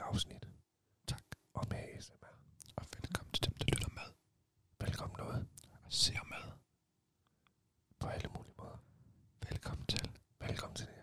afsnit. Tak. Om ASMR. Og velkommen til dem, der lytter med. Velkommen noget. Og ser med. På alle mulige måder. Velkommen til. Velkommen til det her.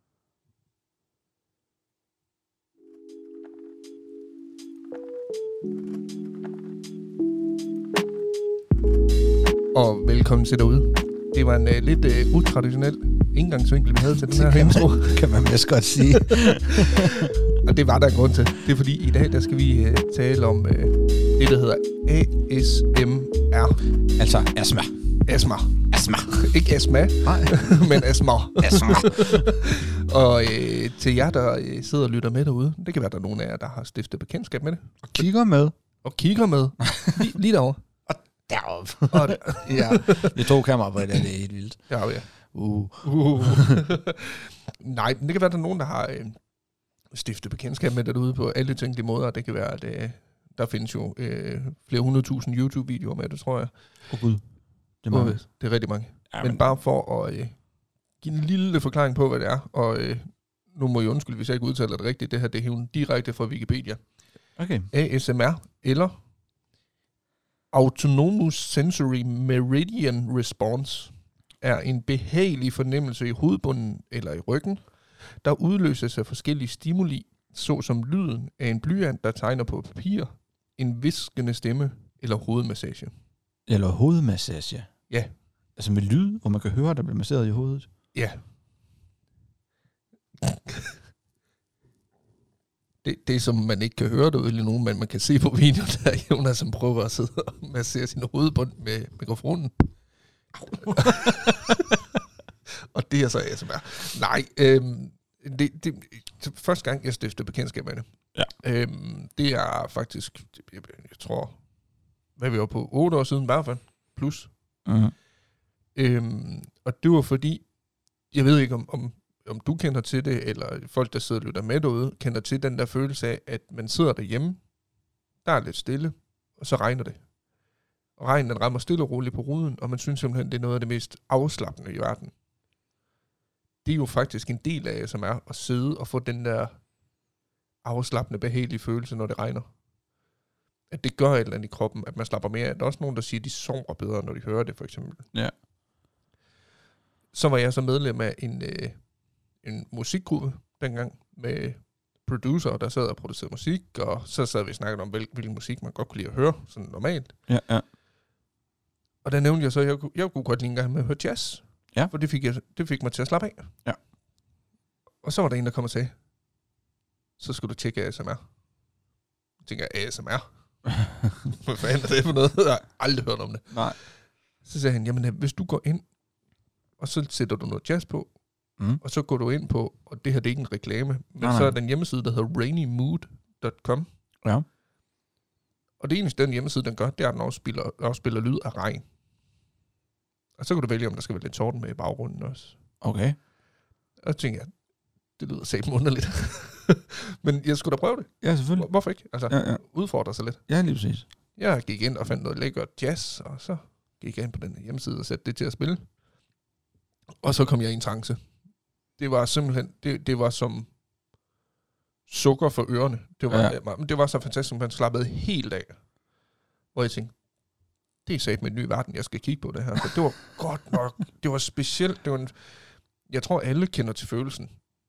Og velkommen til derude. Det var en lidt utraditionel indgangsvinkel, vi havde til den her intro. Kan man vist godt sige. Og det var der en grund til. Det er fordi, i dag der skal vi tale om det, der hedder ASMR. Altså astma. Astma. Astma. Ikke astma, Nej. men astma. Astma. Og til jer, der sidder og lytter med derude, det kan være, der er nogen af jer, der har stiftet bekendtskab med det. Og kigger med. Og kigger med. Lige derovre. Deroppe. Og der. Ja. Det 2 kameraer på det, det er helt vildt. Ja, ja. Nej, men det kan være, der er nogen, der har stiftet bekendtskab med det derude på alle tænkelige måder. Det kan være, at der findes jo flere 100.000 YouTube-videoer med det, tror jeg. Gud. Det er mange. Det er rigtig mange. Ja, men bare for at give en lille forklaring på, hvad det er. Og nu må jeg undskylde, hvis jeg ikke udtaler det rigtigt. Det her, det er hævet direkte fra Wikipedia. Okay. ASMR, eller Autonomous Sensory Meridian Response, er en behagelig fornemmelse i hovedbunden eller i ryggen, der udløses af forskellige stimuli, såsom lyden af en blyant, der tegner på papir, en hviskende stemme eller hovedmassage. Eller hovedmassage. Ja. Altså med lyd, hvor man kan høre, der bliver masseret i hovedet. Ja. Det er som man ikke kan høre derude lige nu, men man kan se på videoen, der er Jonas, som prøver at sidde og massere sin hovedbund med mikrofonen. Og det er så ASMR. Nej, det første gang, jeg stiftede bekendtskab med det. Ja. Det er faktisk, jeg tror, hvad vi var på, 8 år siden i hvert fald, plus. Uh-huh. Og det var fordi, jeg ved ikke om du kender til det, eller folk, der sidder og lytter med derude, kender til den der følelse af, at man sidder derhjemme, der er lidt stille, og så regner det. Og regnen den rammer stille og roligt på ruden, og man synes simpelthen, det er noget af det mest afslappende i verden. Det er jo faktisk en del af ASMR, at sidde og få den der afslappende, behagelige følelse, når det regner. At det gør et eller andet i kroppen, at man slapper mere af. Der er også nogen, der siger, at de sover bedre, når de hører det, for eksempel. Ja. Så var jeg så medlem af en musikgruppe dengang, med producer, der sad og producerede musik, og så sad vi og snakkede om, hvilken musik man godt kunne lide at høre, sådan normalt. Ja, ja. Og der nævnte jeg så, at jeg kunne godt lide en gang med at høre jazz. Ja. For det fik mig til at slappe af. Ja. Og så var der en, der kom og sagde, så skulle du tjekke ASMR. Jeg tænker, ASMR? Hvad fanden er det for noget? Jeg har aldrig hørt om det. Nej. Så sagde han, jamen hvis du går ind, og så sætter du noget jazz på, og så går du ind på, og det her det er ikke en reklame, men så er den hjemmeside, der hedder rainymood.com. Ja. Og det eneste, den hjemmeside, den gør, det er, at den afspiller lyd af regn. Og så kan du vælge, om der skal være lidt torden med i baggrunden også. Okay. Og så tænker jeg, det lyder satme underligt. Men jeg skulle da prøve det. Ja, selvfølgelig. Hvorfor ikke? Altså, ja. udfordre sig lidt. Ja, lige præcis. Jeg gik ind og fandt noget lækkert jazz, og så gik jeg ind på den hjemmeside og satte det til at spille. Og så kom jeg i en trance. Det var simpelthen, det var som sukker for ørerne. Det var så fantastisk, at man slappede helt af. Hvor jeg tænkte, det er satme en ny verden, jeg skal kigge på det her. Så det var godt nok, det var specielt. Jeg tror, alle kender til følelsen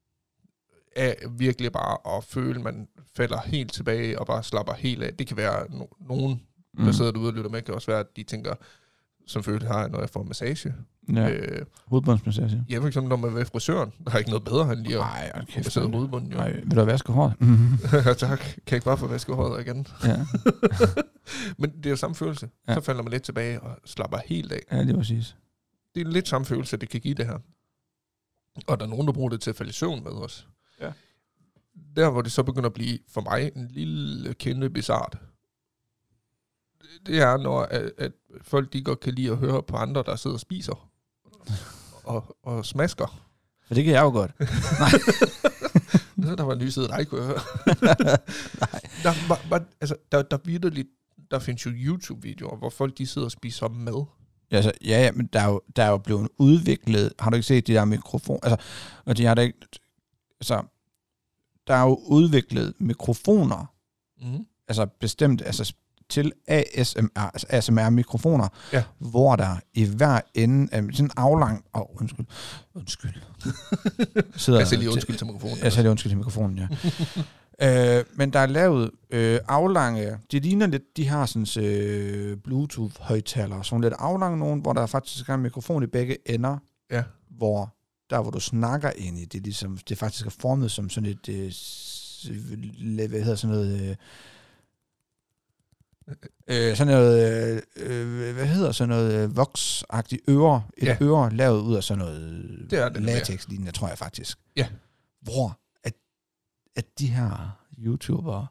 af virkelig bare at føle, man falder helt tilbage og bare slapper helt af. Det kan være nogen, der sidder derude og lytter med, kan også være, at de tænker, som følelse har jeg, når jeg får massage. Ja, hovedbundsmassage. Ja, for eksempel, når man er ved frisøren. Der er ikke noget bedre, end lige at massere hovedbunden. Nej, vil du have vasket håret? Tak. Kan jeg ikke bare få vasket håret igen? Ja. Men det er jo samme følelse. Ja. Så falder man lidt tilbage og slapper helt af. Ja, det er præcis. Det er lidt samme følelse, det kan give det her. Og der er nogen, der bruger det til at falde i søvn med os. Ja. Der, hvor det så begynder at blive, for mig, en lille kende bizart. Det er, når at folk de godt kan lide at høre på andre, der sidder og spiser. Og smasker. For det kan jeg jo godt. Nej. Der var en ny side, der ikke kunne høre. Nej. Der findes jo YouTube-videoer, hvor folk de sidder og spiser mad. Altså, ja, men der er jo blevet udviklet. Har du ikke set de der mikrofon? Altså, og de har da ikke. Altså, der er jo udviklet mikrofoner, Mm. altså bestemt til ASMR, altså ASMR-mikrofoner, hvor der i hver ende af sådan en aflang... Undskyld. Jeg siger lige undskyld til mikrofonen. Jeg siger lige undskyld til mikrofonen, ja. Men der er lavet aflange... De ligner lidt, de har sådan Bluetooth-højtalere, sådan lidt aflange nogen, hvor der faktisk er en mikrofon i begge ender, hvor du snakker ind i, det faktisk er formet som sådan et... hvad hedder sådan noget... sådan noget, hvad hedder sådan noget voksagtigt øre, øre lavet ud af sådan noget latex-lignende, tror jeg faktisk. Ja. Hvor at de her YouTubere,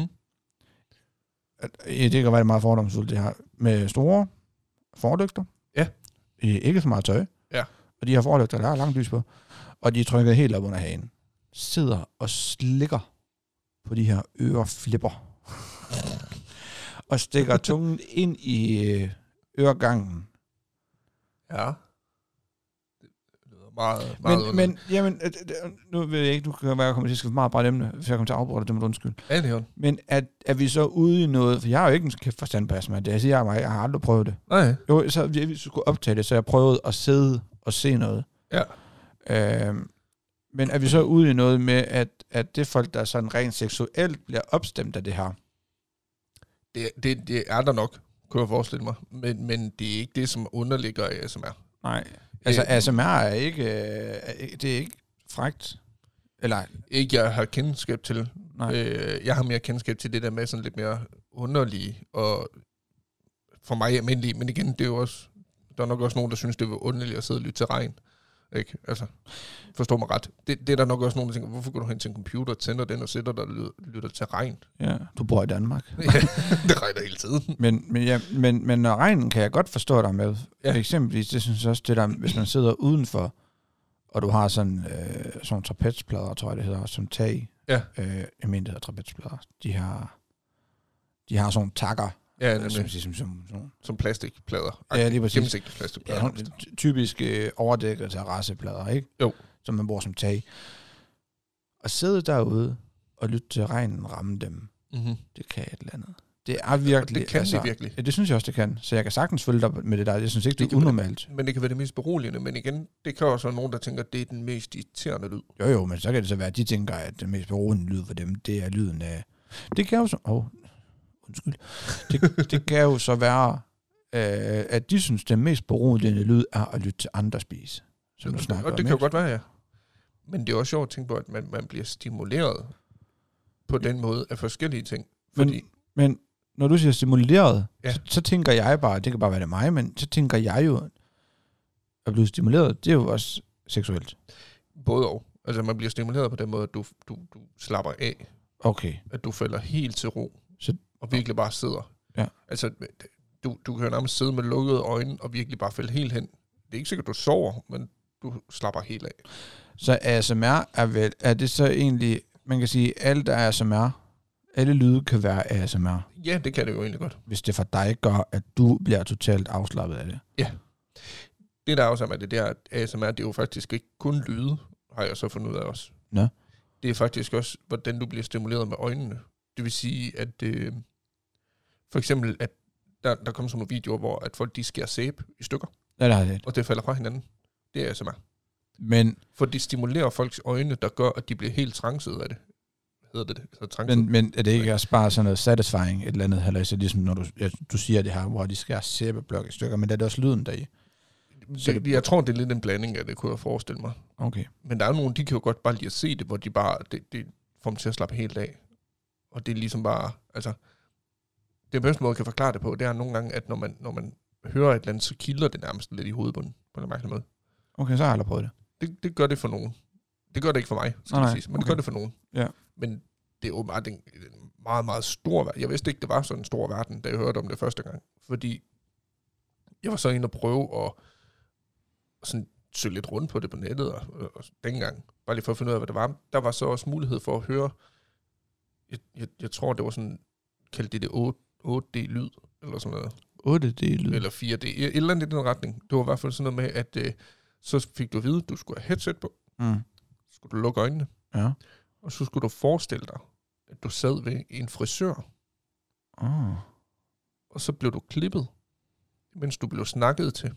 det kan være meget fordomsfuldt, det her, med store forlygter, ikke så meget tøj, og de her forlygter, der er langt lys på, og de er trykket helt op under hagen, sidder og slikker på de her øreflipper, og stikker tungen ind i øregangen. Ja. Det lyder meget men jamen, nu ved jeg ikke, du kan være, jeg kommer til at skrive meget bræt emne, hvis jeg kommer til at afbryde det med undskyld. Ja, det er. Men er vi så ude i noget, for jeg har jo ikke en kæft forstand på astma, det jeg har aldrig prøvet det. Nej. Jo, så vi skulle optage det, så jeg prøvede at sidde og se noget. Ja. Men er vi så ude i noget med, at det folk, der sådan rent seksuelt bliver opstemt af det her? Det er der nok, kunne jeg forestille mig. Men det er ikke det, som underligger i ASMR. Nej. Altså ASMR er ikke, det er ikke frækt. Eller? Ikke, jeg har kendskab til. Nej. Jeg har mere kendskab til det der med sådan lidt mere underlige, og for mig almindelige. Men igen, det er jo også, der er nok også nogen, der synes, det var underligt at sidde og lytte til regn. Ikke? Altså, forstår mig ret. Det er der nok også nogen, der tænker, hvorfor går du hen til en computer, tænder den og sætter dig og lytter til regn? Ja, du bor i Danmark. Ja, det regner hele tiden. Men når regnen kan jeg godt forstå dig med. Ja. Eksempelvis, det synes jeg også, det der, hvis man sidder udenfor, og du har sådan trapezplader, tror jeg det hedder, som tag. Ja. Jeg mener, det hedder trapezplader. De har sådan takker. Ja, som plastikplader. Ja, lige præcis. Gennemsigtige plastikplader. Ja, typisk overdækket terrasseplader, ikke? Jo. Som man bruger som tag. Og sidde derude og lytte til regnen ramme dem, det kan et eller andet. Det er virkelig... Det kan det virkelig. Ja, det synes jeg også, det kan. Så jeg kan sagtens følge dig med det der. Jeg synes ikke, det er unormalt. Men det kan være det mest beroligende. Men igen, det kan også være nogen, der tænker, at det er den mest irriterende lyd. Jo, men så kan det så være, at de tænker, at den mest beroligende lyd for dem, det er lyden af... Det kan jo så... Undskyld. Det kan jo så være, at de synes, den mest beroligende lyd er at lytte til andre spise. Og det kan jo godt være, ja. Men det er også sjovt at tænke på, at man bliver stimuleret på den måde af forskellige ting. Fordi men når du siger stimuleret, så tænker jeg bare, det kan bare være det mig, men så tænker jeg jo, at blive stimuleret, det er jo også seksuelt. Både og. Altså man bliver stimuleret på den måde, at du slapper af. Okay. At du falder helt til ro. Og virkelig bare sidder. Ja. Altså, du kan jo nærmest sidde med lukkede øjne, og virkelig bare falde helt hen. Det er ikke sikkert, du sover, men du slapper helt af. Så ASMR er det så egentlig, man kan sige, alt er ASMR, alle lyde kan være ASMR. Ja, det kan det jo egentlig godt. Hvis det for dig gør, at du bliver totalt afslappet af det. Ja. Det der også er med det der, at ASMR, det er jo faktisk ikke kun lyde, har jeg så fundet ud af også. Nå. Det er faktisk også, hvordan du bliver stimuleret med øjnene. Det vil sige, at for eksempel, at der kommer sådan nogle videoer, hvor at folk de skærer sæbe i stykker. Ja, det har det. Og det falder fra hinanden. Det er ASMR. Men for det stimulerer folks øjne, der gør, at de bliver helt trancet af det. Hvad hedder det? Men er det ikke også bare sådan noget satisfying, et eller andet, eller så ligesom når du siger det her, hvor de skærer sæbeblok i stykker, men er det også lyden deri? Jeg tror, det er lidt en blanding af det, kunne jeg forestille mig. Okay. Men der er jo nogen, de kan jo godt bare lide at se det, hvor de bare, det får dem til at slappe helt af. Og det er ligesom bare, altså, det bedste måde, jeg kan forklare det på, det er nogle gange, at når man hører et eller andet, så kilder det nærmest lidt i hovedbunden, på en mærkelig måde. Okay, så har jeg aldrig prøvet det. Det gør det for nogen. Det gør det ikke for mig, skal jeg sige, men det gør det for nogen. Ja. Men det er jo bare en meget, meget stor verden. Jeg vidste ikke, det var sådan en stor verden, da jeg hørte om det første gang. Fordi jeg var så inde og prøve at sådan søge lidt rundt på det på nettet, og dengang, bare lige for at finde ud af, hvad det var. Der var så også mulighed for at høre, jeg tror, det var sådan, kaldte det 8D-lyd, eller sådan noget. 8D-lyd? Eller 4D, et eller andet i den retning. Det var i hvert fald sådan noget med, at så fik du at vide, at du skulle have headset på. Skulle du lukke øjnene. Ja. Og så skulle du forestille dig, at du sad ved en frisør. Og så blev du klippet, mens du blev snakket til.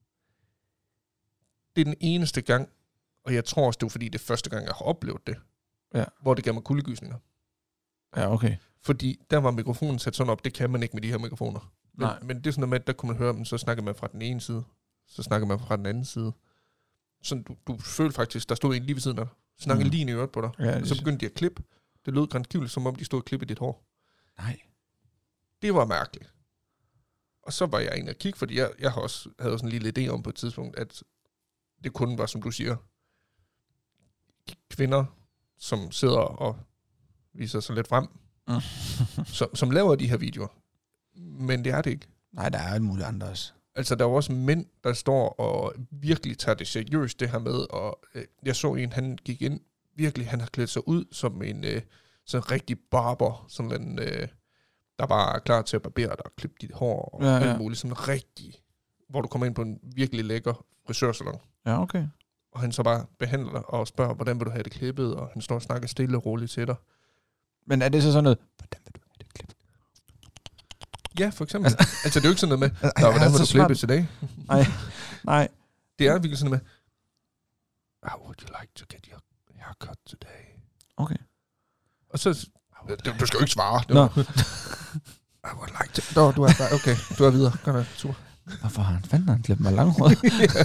Det er den eneste gang, og jeg tror også, det var fordi, det er første gang, jeg har oplevet det, hvor det gav mig kuldegysninger. Ja, okay. Fordi der var mikrofonen sat sådan op, det kan man ikke med de her mikrofoner. Men det er sådan noget med, at der kunne man høre dem, så snakker man fra den ene side, så snakker man fra den anden side. Så du følte faktisk, der stod en lige ved siden af dig, snakkede lige i øret på dig, og så begyndte de at klippe. Det lød grænskiveligt, som om de stod og klippede dit hår. Nej. Det var mærkeligt. Og så var jeg inde og kigge, fordi jeg havde sådan en lille idé om på et tidspunkt, at det kun var, som du siger, kvinder, som sidder og viser sig lidt frem, som laver de her videoer. Men det er det ikke. Nej, der er alt muligt andet også. Altså, der er også mænd, der står og virkelig tager det seriøst, det her med, og jeg så en, han gik ind, virkelig, han har klædt sig ud som en sådan rigtig barber, sådan en, der bare er klar til at barbere dig og klippe dit hår, og alt muligt, sådan rigtig, hvor du kommer ind på en virkelig lækker frisørsalon. Ja, okay. Og han så bare behandler dig og spørger, hvordan vil du have det klippet, og han står og snakker stille og roligt til dig. Men er det så sådan noget, hvordan vil du have det klippet? Ja, for eksempel. Altså, det er jo ikke sådan noget med, hvordan vil du klippe til dag? Nej. Det er virkelig sådan noget med, how would you like to get your haircut today? Okay. Og så, du skal jo ikke svare. Nå. I would like to. Du er bare, okay, du er videre. Godt nok, super. Hvorfor har han klippet mig langhåret?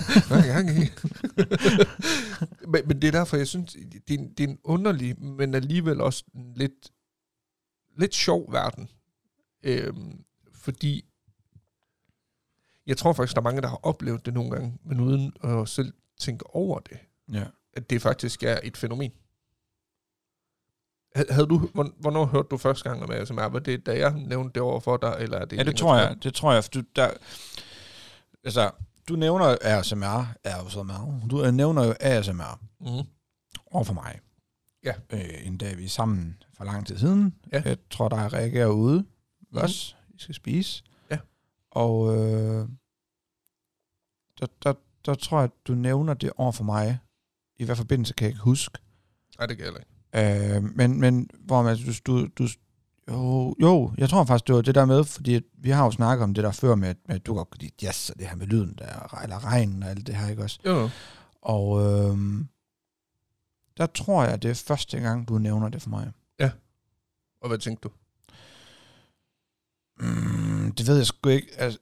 Men det er derfor, jeg synes, det er en underlig, men alligevel også en lidt sjov verden. Fordi jeg tror faktisk, der er mange, der har oplevet det nogle gange, men uden at selv tænke over det. Ja. At det faktisk er et fænomen. Havde du, hvornår hørte du første gang om ASMR? Var det, da jeg nævnte det over for dig, eller er det? Ja, det tror jeg. Det tror jeg, for du nævner ASMR. Du nævner jo ASMR over for mig. Ja. En dag vi er sammen for lang tid siden. Ja. Jeg tror, der er reageret ude. Også, I skal spise. Ja. Og der tror jeg, at du nævner det over for mig. I hvad forbindelse kan jeg ikke huske. Nej, det kan jeg ikke. Men hvor man, jo, jeg tror faktisk, det var det der med, fordi vi har jo snakket om det der før med, at du godt kan lide jazz, og det her med lyden der, eller regnen og alt det her, ikke også? Jo. Og der tror jeg, det er første gang, du nævner det for mig. Ja. Og hvad tænkte du? Det ved jeg sgu ikke. Altså,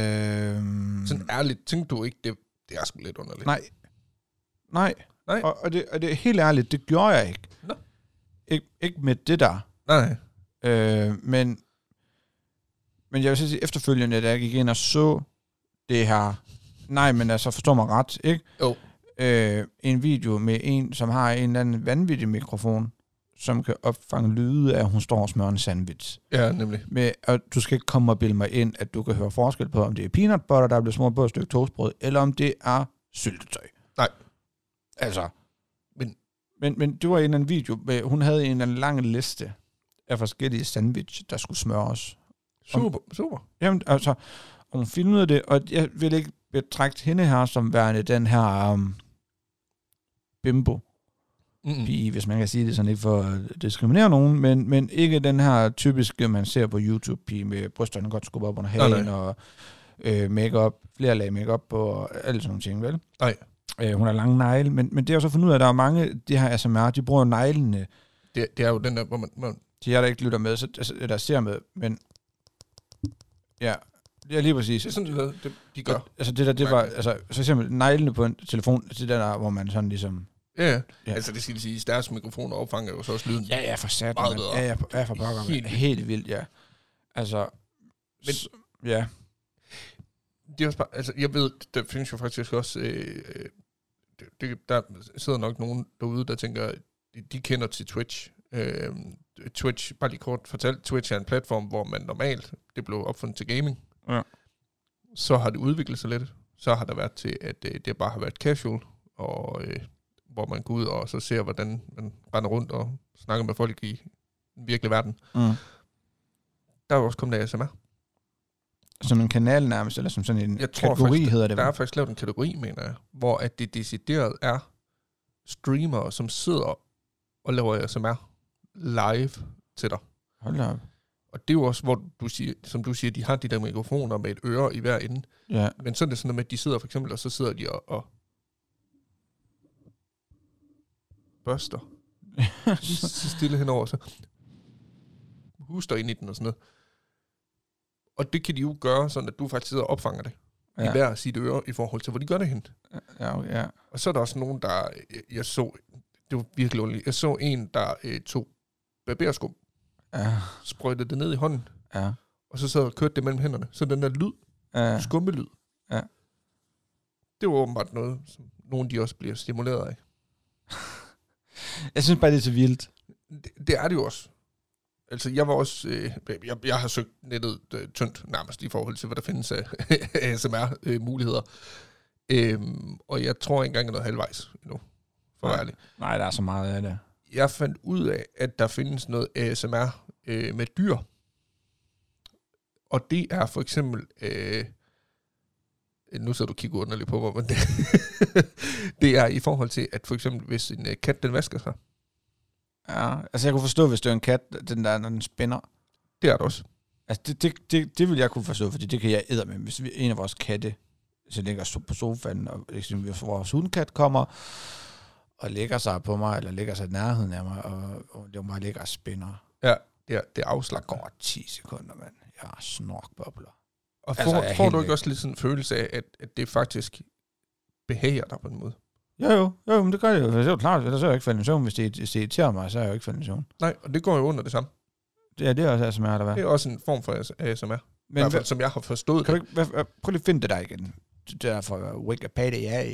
sådan ærligt, tænkte du ikke, det er sgu lidt underligt? Nej. Og det er helt ærligt, det gjorde jeg ikke. Nå. Ikke med det der. Nej. Men jeg vil sige, efterfølgende, da jeg gik ind og så det her, nej, men altså, forstår mig ret, ikke? Jo. En video med en, som har en eller anden vanvittig mikrofon, som kan opfange lyde af, at hun står og smører en sandwich. Ja, nemlig. Og du skal ikke komme og bilde mig ind, at du kan høre forskel på, om det er peanut butter, der er blevet smurt på et stykke toastbrød, eller om det er syltetøj. Nej. Altså, men det var en eller anden video, hun havde en eller anden lang liste af forskellige sandwich, der skulle smøres. Super. Jamen, altså, hun filmede det, og jeg vil ikke betragte hende her som værende den her bimbo pige, hvis man kan sige det sådan, ikke for at diskriminere nogen, men ikke den her typiske, man ser på YouTube pige med brysterne godt skubbet op under hagen, og makeup, flere lag makeup på, og alle sådan nogle ting, vel? Nej. Hun har lange negle, men det er jo så fundet ud af, at der er mange, de her ASMR, de bruger neglene. Det er jo den der, hvor man... De er der ikke lytter med, så, altså, der ser med, men ja, det er lige præcis. Det er sådan noget, de gør. Altså det der, det var, altså så eksempel neglene på en telefon, det der, hvor man sådan ligesom... Ja. Altså det skal sige, deres mikrofoner opfanger jo så også lyden. Ja, for sat. Ja, for pokker. Helt vildt, ja. Altså, men, ja. Det er også bare, altså jeg ved, der findes jo faktisk også, der sidder nok nogen derude, der tænker, de kender til Twitch. Twitch, bare lige kort fortalt, Twitch er en platform, hvor man normalt, det blev opfundet til gaming. Ja. Så har det udviklet sig lidt. Så har der været til, at det bare har været casual, og hvor man går ud og så ser, hvordan man render rundt og snakker med folk i den virkelige verden. Der er jo også kommet ASMR. Som en kanal nærmest, eller som sådan en kategori faktisk, hedder det. Der er faktisk lavet en kategori, mener jeg, hvor at det decideret er streamere, som sidder og laver ASMR live til dig. Hold da op. Og det er jo også, hvor du siger, som du siger, de har de der mikrofoner med et øre i hver ende. Ja. Men så er det sådan noget med, at de sidder for eksempel, og så sidder de og børster. Så stille henover, så huster ind i den og sådan noget. Og det kan de jo gøre, sådan at du faktisk sidder og opfanger det. I hver sit øre i forhold til, hvor de gør det hen. Ja. Og så er der også nogen, der, jeg så, det var virkelig underligt, jeg så en, der tog barberskum, sprøjtede det ned i hånden, og så sad og kørte det mellem hænderne. Så den der lyd, skummelyd, det var åbenbart noget, som nogen de også bliver stimuleret af. Jeg synes bare, det er så vildt. Det er det jo også. Altså, jeg var også... jeg har søgt nettet tyndt nærmest i forhold til, hvad der findes af ASMR-muligheder. Og jeg tror ikke engang, jeg er noget halvvejs endnu, for at være ærlig. Nej, der er så meget af det. Jeg fandt ud af, at der findes noget ASMR med dyr. Og det er for eksempel... nu så du kigge underligt på mig, men det er i forhold til, at for eksempel, hvis en kat, den vasker sig. Ja, altså jeg kunne forstå, hvis det er en kat, den der, når den spænder. Det er det også. Altså det vil jeg kunne forstå, fordi det kan jeg æde med. Hvis en af vores katte så ligger på sofaen, og hvis vores hundkat kommer og lægger sig på mig, eller lægger sig i nærheden af mig, og det bare ligger og spænder. Ja, det afslager. Går 10 sekunder, mand. Jeg har snorkbobler. Og får du ikke også lidt sådan en følelse af, at det faktisk behager dig på en måde? Jo, men det gør det jo. Det er jo klart, at så er jeg ikke faldet i søvn. Hvis det irriterer mig, så er jeg jo ikke faldet i søvn. Nej, og det går jo under det samme. Ja, det er også ASMR, der var. Det er også en form for ASMR. Men i hvert fald, som jeg har forstået. Kan du ikke, prøv lige at finde det der igen. Det der fra Wikipedia.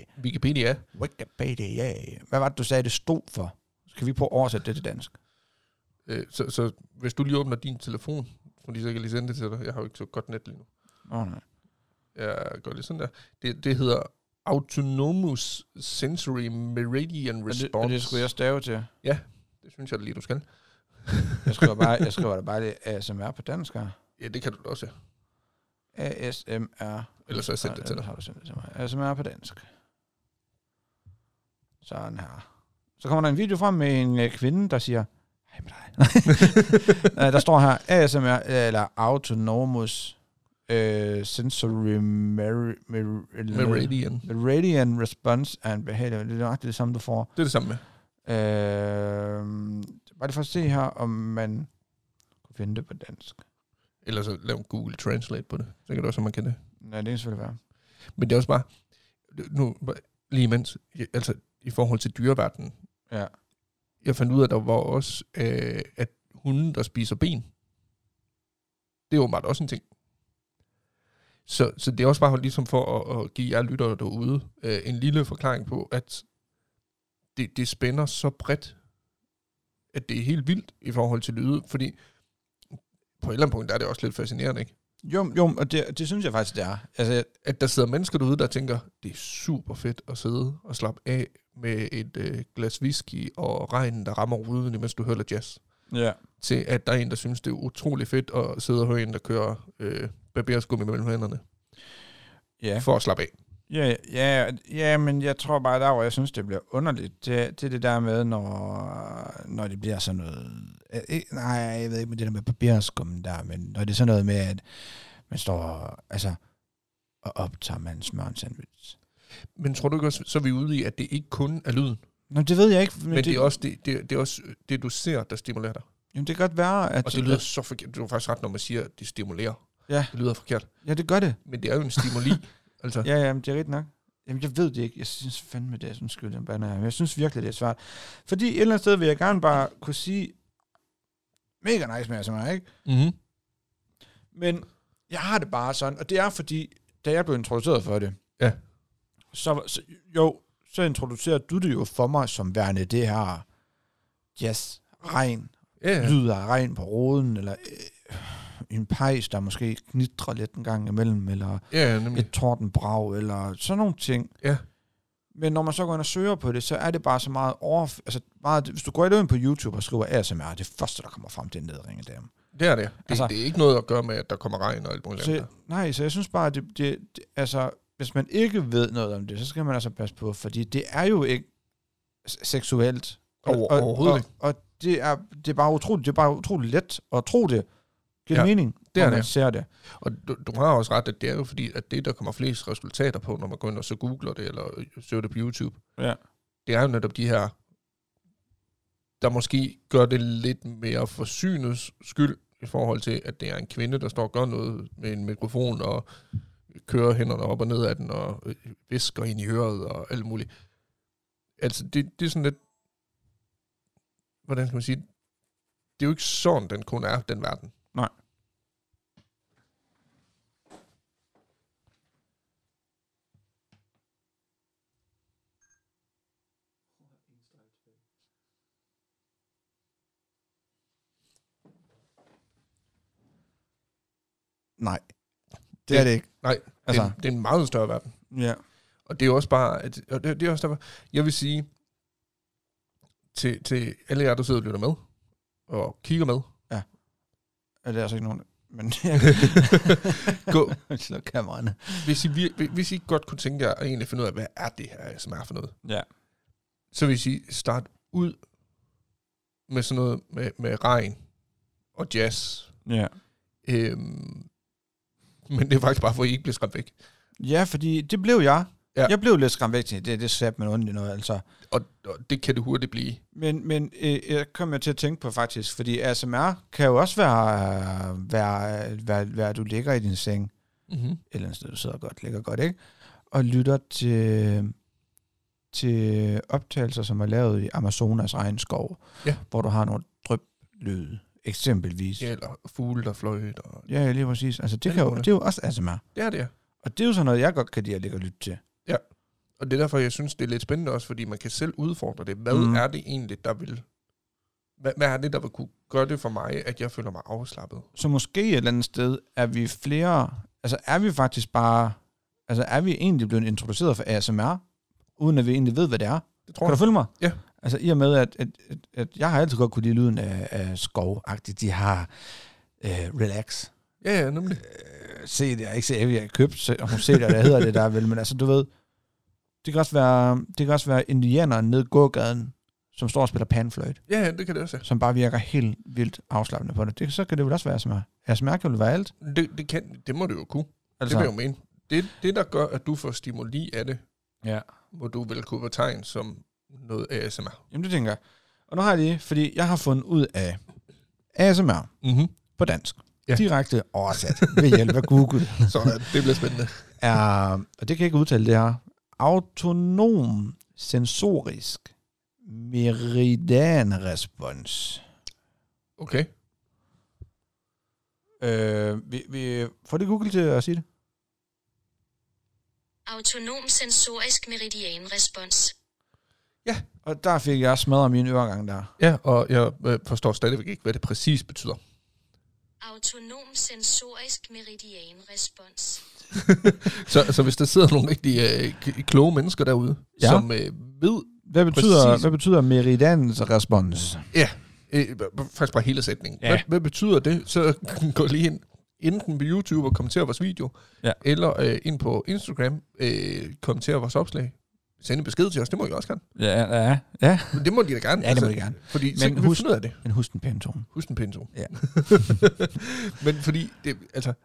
Hvad var det, du sagde, det stod for? Skal vi prøve at oversætte det til dansk? Så hvis du lige åbner din telefon, fordi så kan jeg lige sende det til dig. Jeg har jo ikke så godt net lige nu. Nej. Jeg gør det sådan der. Det hedder Autonomous Sensory Meridian Response. Og det skulle jeg stave til? Ja, det synes jeg lige, du skal. jeg skriver da bare det ASMR på dansk her. Ja, det kan du også. ASMR. Ellers har jeg sendt det til dig. Har du sendt det til mig? ASMR på dansk. Sådan her. Så kommer der en video frem med en kvinde, der siger, hej med dig. Der står her, ASMR, eller Autonomous Sensory Meridian Response and Behavior. Det er det samme, du får. Det er det samme med. Bare lige for at se her, om man kunne finde det på dansk. Eller så lave Google Translate på det. Så kan det også, man kan det. Nej, det kan selvfølgelig være. Men det er også bare, nu lige imens, altså i forhold til dyreverdenen. Ja. Jeg fandt ud af, at der var også, at hunde, der spiser ben, det er jo meget også en ting. Så det er også bare ligesom for at give jer lyttere derude en lille forklaring på, at det spænder så bredt, at det er helt vildt i forhold til lyde, fordi på et eller andet punkt er det også lidt fascinerende, ikke? Jo, og det synes jeg faktisk, det er. Altså, at der sidder mennesker derude, der tænker, det er super fedt at sidde og slappe af med et glas whisky og regnen, der rammer ruden, mens du hører lidt jazz. Ja. Til at der er en, der synes, det er utrolig fedt at sidde og høre en, der kører barberskum imellem hænderne. Ja. For at slappe af. Ja, men jeg tror bare, der hvor jeg synes, det bliver underligt, det der med, når det bliver sådan noget... Nej, jeg ved ikke med det der med barberskum der, men når det er sådan noget med, at man står og optager man smør en sandwich. Men tror du ikke også, så er vi ude i, at det ikke kun er lyden? Nå, det ved jeg ikke. Men det er også det er også det, du ser, der stimulerer dig. Jamen, det kan godt være, at... Og det lyder så forkert. Du har faktisk ret, når man siger, at det stimulerer. Ja. Det lyder forkert. Ja, det gør det. Men det er jo en stimuli. Altså. Ja, men det er rigtigt nok. Jamen, jeg ved det ikke. Jeg synes fandme, det er sådan skyld, den bander her. Men jeg synes virkelig, det er svært. Fordi et eller andet sted vil jeg gerne bare kunne sige, mega nice med som jeg, ikke? Mm-hmm. Men jeg har det bare sådan, og det er fordi, da jeg blev introduceret for det, ja. så introducerer du det jo for mig som værende det her jazz, regn, lyd af regn på roden, eller en pejs, der måske knitrer lidt en gang imellem, eller et tordenbrag, eller sådan nogle ting. Ja. Men når man så går ind og søger på det, så er det bare så meget hvis du går ind på YouTube og skriver ASMR, det første, der kommer frem, det er nedringe dem. Det er det. Det er ikke noget at gøre med, at der kommer regn og alt muligt. Nej, så jeg synes bare, at hvis man ikke ved noget om det, så skal man altså passe på, fordi det er jo ikke seksuelt Overhovedet ikke. Og det er bare utroligt let at tro det. Giver det mening, det er når man ser det. Og du har også ret, at det er jo fordi, at det, der kommer flest resultater på, når man går ind og så googler det, eller søger det på YouTube, det er jo netop de her, der måske gør det lidt mere for synets skyld, i forhold til, at det er en kvinde, der står og gør noget med en mikrofon, og kører hænderne op og ned af den, og visker ind i øret, og alt muligt. Altså, det er sådan lidt, hvordan skal man sige, det er jo ikke sådan, den kun er, den verden. Nej. Nej, det er det ikke. Nej, altså. Det er en meget større verden. Ja. Og det er jo også bare, og det er også derfor, jeg vil sige, til alle jer, der sidder og lytter med, og kigger med. Ja. Det er altså ikke nogen, men gå. Slå kameraerne. Hvis I godt kunne tænke jer at egentlig finde ud af, hvad er det her ASMR for noget? Ja. Så vil I starte ud med sådan noget med regn og jazz. Ja. Men det er faktisk bare, for I ikke bliver skræmt væk. Ja, fordi det blev jeg. Ja. Jeg blev lidt skræmt væk til det satte man ondt i noget, altså. Og det kan det hurtigt blive. Men jeg kommer til at tænke på faktisk, fordi ASMR kan jo også være du ligger i din seng, eller et sted, du sidder godt, ligger godt, ikke? Og lytter til optagelser, som er lavet i Amazonas regnskov, hvor du har nogle dryplyde, eksempelvis. Ja, eller fugle, der fløjt. Ja, lige præcis. Altså, det er jo også ASMR. Det er det, Og det er jo sådan noget, jeg godt kan lide at ligge og lytte til. Ja, og det er derfor, jeg synes, det er lidt spændende også, fordi man kan selv udfordre det. Hvad er det egentlig, der vil... Hvad er det, der vil kunne gøre det for mig, at jeg føler mig afslappet? Så måske et eller andet sted er vi flere... Altså, er vi faktisk bare... Altså, er vi egentlig blevet introduceret for ASMR, uden at vi egentlig ved, hvad det er? Det tror kan du følge mig? Ja. Altså, i og med, at jeg har altid godt kunne lide lyden af skov-agtigt. De har relax. Ja, nemlig. Se det, jeg ikke se, jeg har købt, og hun ser det, der hedder det der, vel, men altså, du ved, det kan også være indianeren nede i gågaden, som står og spiller panfløjte. Ja, det kan det også. Som bare virker helt vildt afslappende på det. Så kan det vel også være ASMR. ASMR kan vel være alt. Det må det jo kunne. Altså, det vil jeg jo mene. Det, der gør, at du får stimuli af det, må du vel kunne betegne som noget ASMR. Jamen, det tænker jeg. Og nu har jeg det, fordi jeg har fundet ud af ASMR på dansk. Ja. Direkte oversat ved hjælp af Google. Sådan, det bliver spændende. Og det kan jeg ikke udtale, det her. Autonom sensorisk meridianrespons. Okay. Vi får det Google til at sige det. Autonom sensorisk meridianrespons. Ja. Og der fik jeg smadret min øregang der. Ja, og jeg forstår stadigvæk ikke, hvad det præcis betyder. Autonom sensorisk meridianrespons. så hvis der sidder nogle rigtig kloge mennesker derude, som ved... Hvad betyder meridianrespons? Ja, faktisk bare hele sætningen. Ja. Hvad betyder det? Så gå lige ind, enten på YouTube og kommentere vores video, eller ind på Instagram, kommentere vores opslag. Sende besked til os, det må I også gerne. Ja. Men det må de da gerne. Ja, det må de gerne. Fordi men så kan vi finde ud af det. Men husk den pæne tone. Husk den pæne tone. Ja. Men fordi, det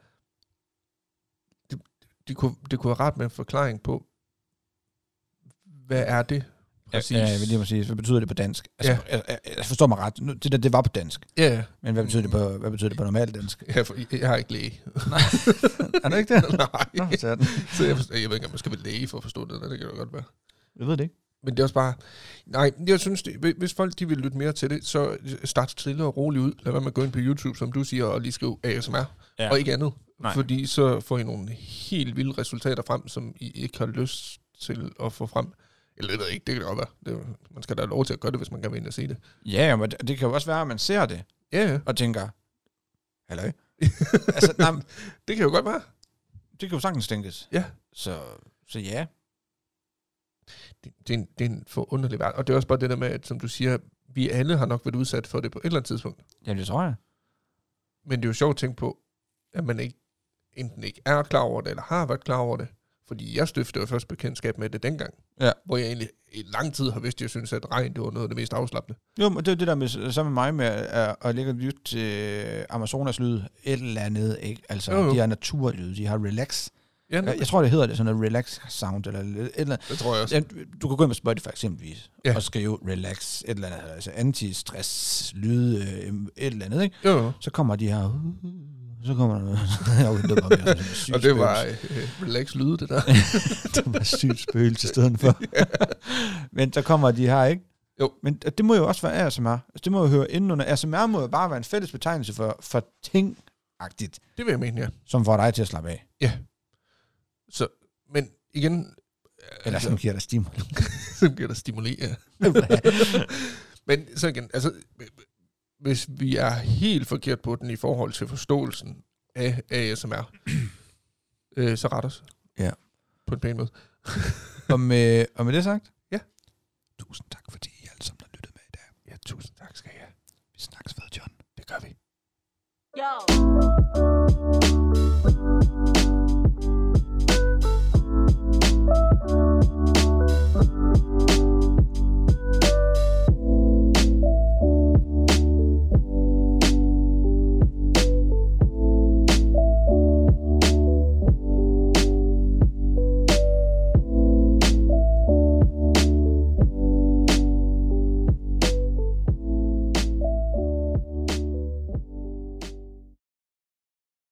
kunne være rart med en forklaring på, hvad er det præcis? Ja, jeg vil lige præcis. Hvad betyder det på dansk? Altså, jeg forstår mig ret. Det var på dansk. Ja. Men hvad betyder det på normalt dansk? Ja, for jeg har ikke læge. Nej. Er du ikke det? Nej. Nå, så jeg ved ikke, om man skal være læge for at forstå det. Det kan jo godt være. Jeg ved det ikke. Men det er også bare... Nej, jeg synes, hvis folk de vil lytte mere til det, så start stille og roligt ud. Lad være med at gå ind på YouTube, som du siger, og lige skrive ASMR. Ja. Og ikke andet. Nej. Fordi så får I nogle helt vilde resultater frem, som I ikke har lyst til at få frem. Eller det ved jeg ikke, det kan det godt være. Man skal da have lov til at gøre det, hvis man kan vinde at se det. Ja, men det kan jo også være, at man ser det. Ja. Og tænker, halløj. Altså, det kan jo godt være. Det kan jo sagtens tænkes. Ja. Så ja. Det er en forunderlig verden. Og det er også bare det der med, at, som du siger, vi alle har nok været udsat for det på et eller andet tidspunkt. Ja, det tror jeg. Men det er jo sjovt at tænke på, at man enten ikke er klar over det, eller har været klar over det. Fordi jeg stiftede jo først bekendtskab med det dengang. Ja. Hvor jeg egentlig i lang tid har vidst, at jeg synes, at regn det var noget af det mest afslappende. Jo, men det er det der med, sammen med mig med at ligge og lytte til Amazonas lyd, et eller andet, ikke? Altså, de har naturlyd, de har relax. Ja, jeg tror, det hedder det sådan en relax sound, eller et eller andet. Det tror jeg også. Du kan gå ind med Spotify eksempelvis, og skrive relax, et eller andet, altså anti-stress, lyd, et eller andet, ikke? Jo. Så kommer de her, så kommer der noget. Og det var relax lyde, det der. Det var sygt spøgelse i stedet for. Men så kommer de her, ikke? Jo. Men det må jo også være ASMR. Altså, det må jo høre inden under. ASMR må jo bare være en fælles betegnelse for ting-agtigt. Det vil jeg mene, ja. Som får dig til at slappe af. Ja. Så, men igen... Eller som giver dig stimuli. Som giver dig stimuli, ja. Men så igen, altså... Hvis vi er helt forkert på den i forhold til forståelsen af ASMR, så ret os. Ja. På en pæn måde. og med det sagt? Ja. Tusind tak, fordi I alle sammen har lyttet med i dag. Ja, tusind tak skal I have. Vi snakkes ved, John. Det gør vi. Yo.